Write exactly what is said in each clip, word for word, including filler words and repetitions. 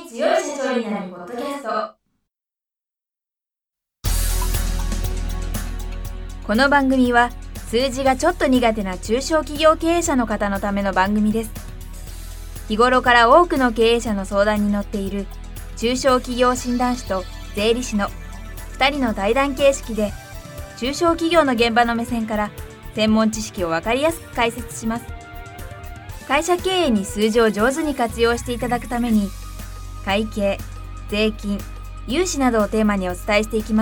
強い社長になるポッドキャスト。この番組は数字がちょっと苦手な中小企業経営者の方のための番組です。日頃から多くの経営者の相談に乗っている中小企業診断士と税理士のふたりの対談形式で、中小企業の現場の目線から専門知識を分かりやすく解説します。会社経営に数字を上手に活用していただくために、会計、税金、融資などをテーマにお伝えしていきます。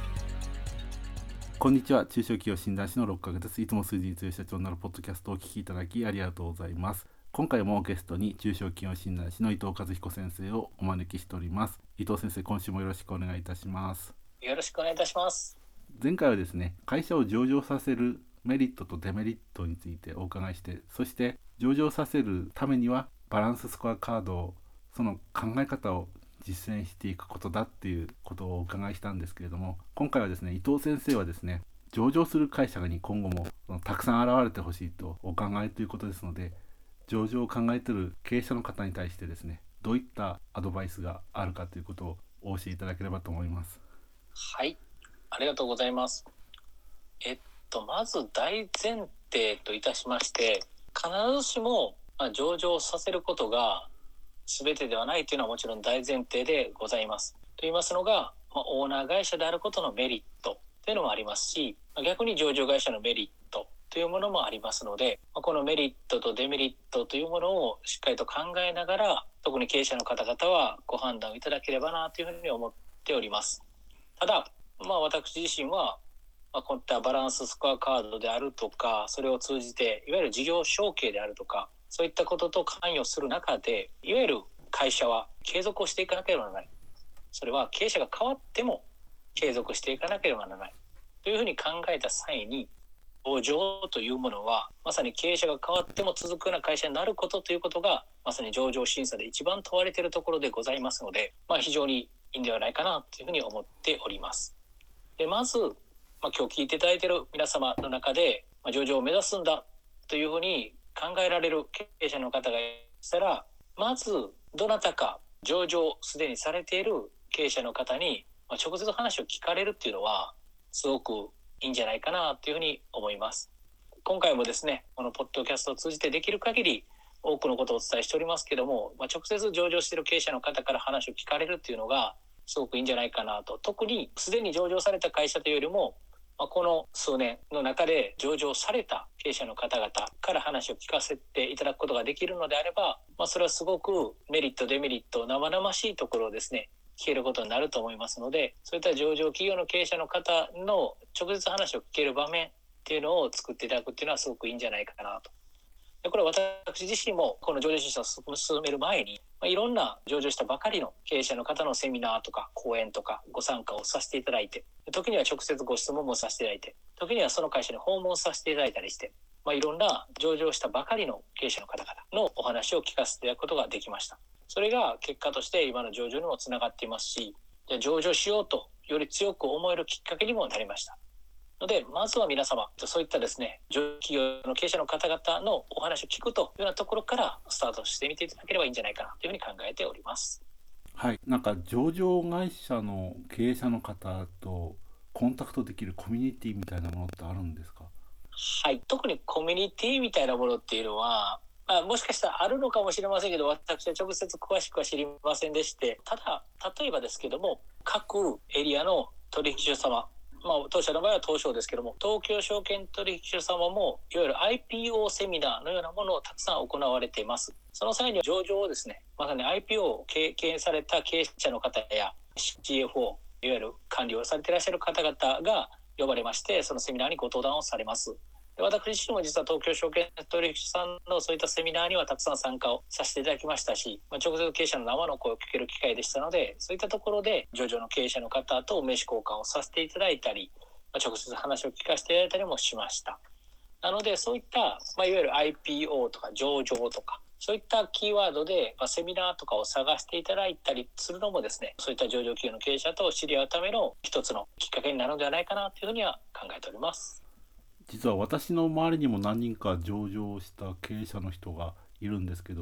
こんにちは。中小企業診断士の六角です。いつも数字に強い社長になるポッドキャストをお聞きいただきありがとうございます。今回もゲストに中小企業診断士の伊藤和彦先生をお招きしております。伊藤先生、今週もよろしくお願いいたします。 よろしくお願いいたします。 前回はですね、会社を上場させるメリットとデメリットについてお伺いして、そして上場させるためにはバランススコアカードを、その考え方を実践していくことだっていうことをお伺いしたんですけれども、今回はですね、伊藤先生はですね、上場する会社に今後もたくさん現れてほしいとお考えということですので、上場を考えている経営者の方に対してですね、どういったアドバイスがあるかということをお教えいただければと思います。 はい、ありがとうございます。えっとまず大前提といたしまして、必ずしも、まあ、上場させることが全てではないというのはもちろん大前提でございます。と言いますのが、まあ、オーナー会社であることのメリットというのもありますし、逆に上場会社のメリットというものもありますので、このメリットとデメリットというものをしっかりと考えながら、特に経営者の方々はご判断いただければなというふうに思っております。ただ、まあ、私自身は、まあ、こういったバランススコアカードであるとか、それを通じていわゆる事業承継であるとか、そういったことと関与する中で、いわゆる会社は継続をしていかなければならない。それは経営者が変わっても継続していかなければならないというふうに考えた際に、上場というものはまさに経営者が変わっても続くような会社になることということが、まさに上場審査で一番問われているところでございますので、まあ、非常にいいんではないかなというふうに思っております。でまず、まあ、今日聞いていただいている皆様の中で、まあ、上場を目指すんだというふうに考えられる経営者の方がいたら、まずどなたか上場すでにされている経営者の方に、まあ、直接話を聞かれるっていうのはすごくいいんじゃないかなというふうに思います。今回もですね、このポッドキャストを通じてできる限り多くのことをお伝えしておりますけども、まあ、直接上場している経営者の方から話を聞かれるっていうのがすごくいいんじゃないかなと。特にすでに上場された会社というよりも、まあ、この数年の中で上場された経営者の方々から話を聞かせていただくことができるのであれば、まあ、それはすごくメリットデメリット生々しいところをですね聞けることになると思いますので、そういった上場企業の経営者の方の直接話を聞ける場面っていうのを作っていただくっていうのはすごくいいんじゃないかなと。でこれは私自身もこの上場審査を進める前に、まあ、いろんな上場したばかりの経営者の方のセミナーとか講演とかご参加をさせていただいて、時には直接ご質問もさせていただいて、時にはその会社に訪問させていただいたりして、まあ、いろんな上場したばかりの経営者の方々のお話を聞かせていただくことができました。それが結果として今の上場にもつながっていますし、上場しようとより強く思えるきっかけにもなりましたので、まずは皆様そういったですね上場企業の経営者の方々のお話を聞くというようなところからスタートしてみていただければいいんじゃないかなというふうに考えております。 はい、なんか上場会社の経営者の方とコンタクトできるコミュニティみたいなものってあるんですか？ はい、特にコミュニティみたいなものっていうのは、まあ、もしかしたらあるのかもしれませんけど、私は直接詳しくは知りませんでして、ただ例えばですけども、各エリアの取引所様、まあ、当社の場合は東証ですけども、東京証券取引所様もいわゆる アイピーオー セミナーのようなものをたくさん行われています。その際に上場をですね、まさに アイピーオー を経験された経営者の方や シーエフオー、 いわゆる管理をされていらっしゃる方々が呼ばれまして、そのセミナーにご登壇をされます。で私自身も実は東京証券取引所さんのそういったセミナーにはたくさん参加をさせていただきましたし、まあ、直接経営者の生の声を聞ける機会でしたので、そういったところで上場の経営者の方と名刺交換をさせていただいたり、まあ、直接話を聞かせていただいたりもしました。なのでそういった、まあ、いわゆる アイピーオー とか上場とかそういったキーワードで、まあ、セミナーとかを探していただいたりするのもですね、そういった上場企業の経営者と知り合うための一つのきっかけになるのではないかなというふうには考えております。 実は私の周りにも何人か上場した経営者の人がいるんですけど、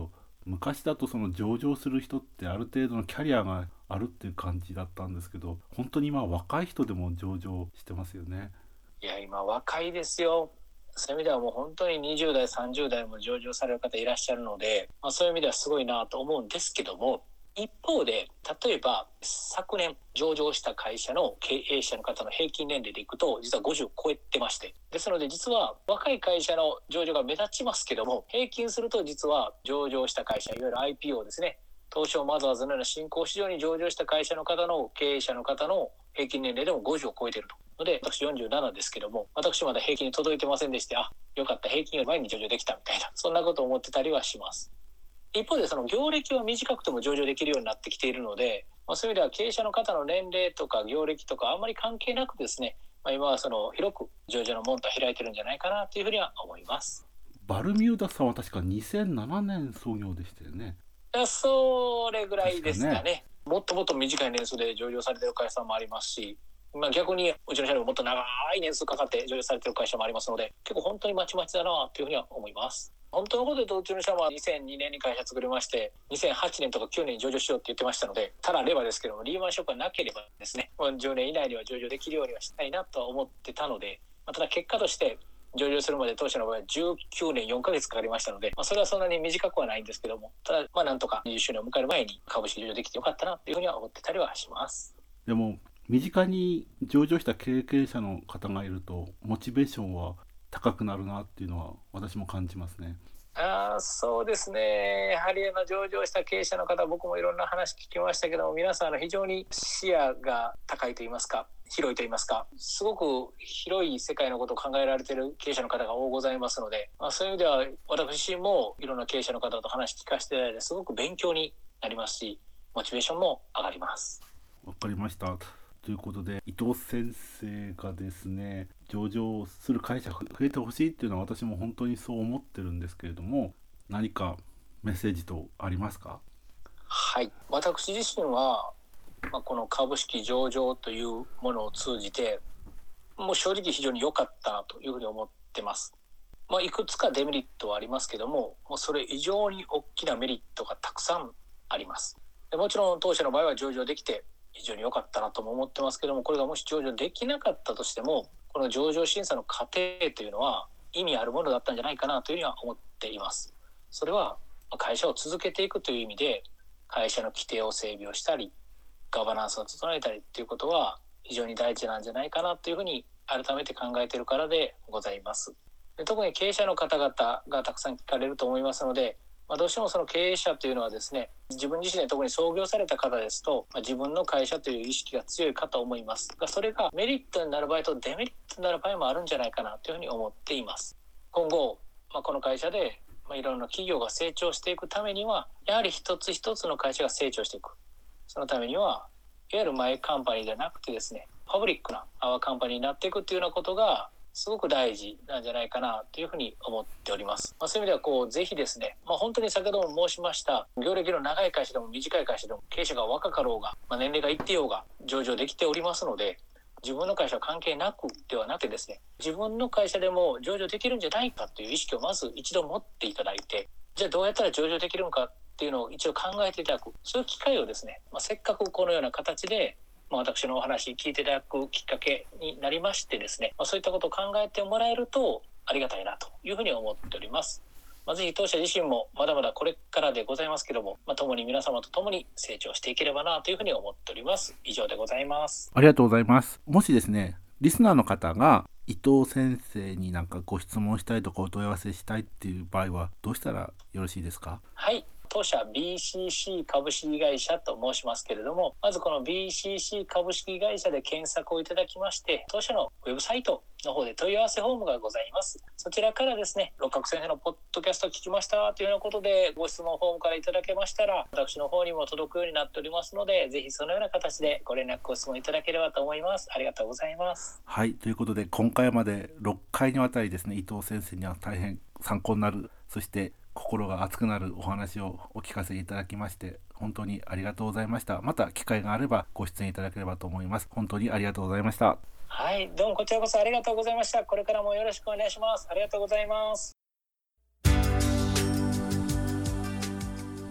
昔だとその上場する人ってある程度のキャリアがあるっていう感じだったんですけど、本当に今若い人でも上場してますよね。 いや今若いですよ。そういう意味ではもう本当ににじゅう代さんじゅう代も上場される方いらっしゃるので、まあ、そういう意味ではすごいなと思うんですけども、一方で例えば昨年上場した会社の経営者の方の平均年齢でいくと実はごじゅう超えてまして、ですので実は若い会社の上場が目立ちますけども、平均すると実は上場した会社、いわゆる アイピーオー ですね、東証マザーズのような新興市場に上場した会社の方の経営者の方の平均年齢でもごじゅうを超えていると。ので私よんじゅうななですけども、私まだ平均に届いてませんでして、あ、よかった、平均より前に上場できたみたいな、そんなことを思ってたりはします。一方でその業歴は短くても上場できるようになってきているので、まあ、そういう意味では経営者の方の年齢とか業歴とかあんまり関係なくですね、まあ、今はその広く上場の門戸は開いてるんじゃないかなというふうには思います。 バルミューダさんは確かにせんななねん創業でしたよね。 それぐらいですかね。 確かね、 もっともっと短い年数で上場されている会社もありますし、まあ、逆にうちの社員ももっと長い年数かかって上場されている会社もありますので、結構本当にまちまちだなというふうには思います。本当のことで言うとうちの社はにせんにねんに会社作りまして、にせんはちねんとかきゅうねんに上場しようって言ってましたので、ただればですけどもリーマンショックがなければですね、じゅうねん以内には上場できるようにはしたいなとは思ってたので、まあ、ただ結果として上場するまで当社の場合はじゅうきゅうねんよんかげつかかりましたので、まあ、それはそんなに短くはないんですけども、ただまあなんとかにじゅっしゅうねんを迎える前に株式上場できてよかったなというふうには思ってたりはします。 でも身近に上場した経験者の方がいるとモチベーションは高くなるなっていうのは私も感じますね。 あそうですね、やはりあの上場した経営者の方、僕もいろんな話聞きましたけども、皆さんの非常に視野が高いといいますか、広いといいますか、すごく広い世界のことを考えられている経営者の方が多ございますので、まあ、そういう意味では私自身もいろんな経営者の方と話聞かせていただいてすごく勉強になりますし、モチベーションも上がります。 わかりました。ということで伊藤先生がですね、上場する会社増えてほしいっていうのは私も本当にそう思ってるんですけれども、何かメッセージとありますか？ はい、私自身は、まあ、この株式上場というものを通じてもう正直非常に良かったなというふうに思ってます。まあ、いくつかデメリットはありますけども、もうそれ以上に大きなメリットがたくさんあります。でもちろん当社の場合は上場できて非常に良かったなとも思ってますけども、これがもし上場できなかったとしても、この上場審査の過程というのは意味あるものだったんじゃないかなというふうには思っています。それは会社を続けていくという意味で、会社の規定を整備をしたりガバナンスを整えたりということは非常に大事なんじゃないかなというふうに改めて考えているからでございます。で特に経営者の方々がたくさん聞かれると思いますので、まあ、どうしてもその経営者というのはですね、自分自身で特に創業された方ですと、まあ、自分の会社という意識が強いかと思いますが、それがメリットになる場合とデメリットになる場合もあるんじゃないかなというふうに思っています。今後、まあ、この会社で、まあ、いろんな企業が成長していくためには、やはり一つ一つの会社が成長していく、そのためにはいわゆるマイカンパニーではなくてですね、パブリックなアワーカンパニーになっていくというようなことがすごく大事なんじゃないかなというふうに思っております。まあ、そういう意味ではこうぜひですね、まあ、本当に先ほども申しました業歴の長い会社でも短い会社でも経営者が若かろうが、まあ、年齢がいってようが上場できておりますので、自分の会社は関係なくではなくてですね、自分の会社でも上場できるんじゃないかという意識をまず一度持っていただいて、じゃあどうやったら上場できるのかっていうのを一度考えていただく、そういう機会をですね、まあ、せっかくこのような形でまあ、私のお話聞いていただくきっかけになりましてですね、まあ、そういったことを考えてもらえるとありがたいなというふうに思っております。まあ、ぜひ当社自身もまだまだこれからでございますけども、まあ、共に皆様と共に成長していければなというふうに思っております。以上でございます。 ありがとうございます。もしですね、リスナーの方が伊藤先生になんかご質問したいとかお問い合わせしたいっていう場合はどうしたらよろしいですか？ はい、当社 ビーシーシー 株式会社と申しますけれども、まずこの ビーシーシー 株式会社で検索をいただきまして、当社のウェブサイトの方で問い合わせフォームがございます。そちらからですね、六角先生のポッドキャスト聞きましたというようなことでご質問フォームからいただけましたら、私の方にも届くようになっておりますので、ぜひそのような形でご連絡ご質問いただければと思います。ありがとうございます。 はい、ということで今回までろっかいにわたりですね、伊藤先生には大変参考になる、そして心が熱くなるお話をお聞かせいただきまして本当にありがとうございました。また機会があればご出演いただければと思います。本当にありがとうございました。 はい、どうもこちらこそありがとうございました。これからもよろしくお願いします。ありがとうございます。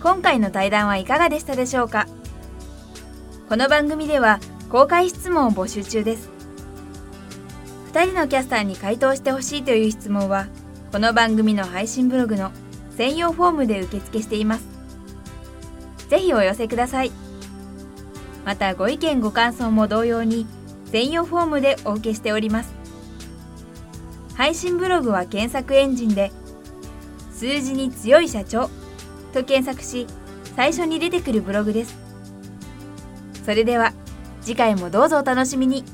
今回の対談はいかがでしたでしょうか。この番組では公開質問を募集中です。ふたりのキャスターに回答してほしいという質問は、この番組の配信ブログの専用フォームで受付しています。ぜひお寄せください。またご意見ご感想も同様に専用フォームでお受けしております。配信ブログは検索エンジンで数字に強い社長と検索し、最初に出てくるブログです。それでは次回もどうぞお楽しみに。